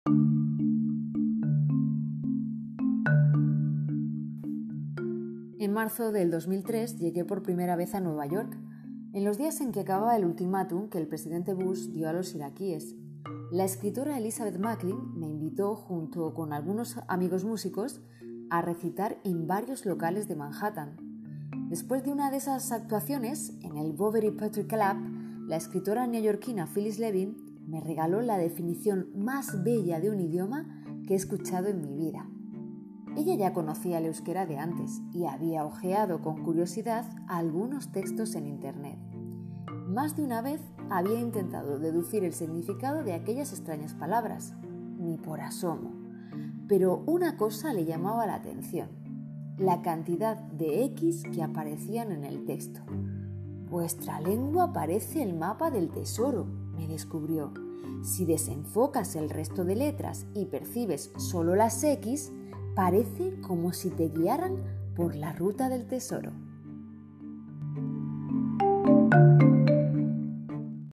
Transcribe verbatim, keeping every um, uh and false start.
En marzo del dos mil tres llegué por primera vez a Nueva York, en los días en que acababa el ultimátum que el presidente Bush dio a los iraquíes. La escritora Elizabeth Macklin me invitó, junto con algunos amigos músicos, a recitar en varios locales de Manhattan. Después de una de esas actuaciones, en el Bowery Poetry Club, la escritora neoyorquina Phyllis Levin me regaló la definición más bella de un idioma que he escuchado en mi vida. Ella ya conocía el euskera de antes y había hojeado con curiosidad algunos textos en internet. Más de una vez había intentado deducir el significado de aquellas extrañas palabras, ni por asomo. Pero una cosa le llamaba la atención: la cantidad de X que aparecían en el texto. «Vuestra lengua parece el mapa del tesoro», me descubrió. «Si desenfocas el resto de letras y percibes solo las X, parece como si te guiaran por la ruta del tesoro».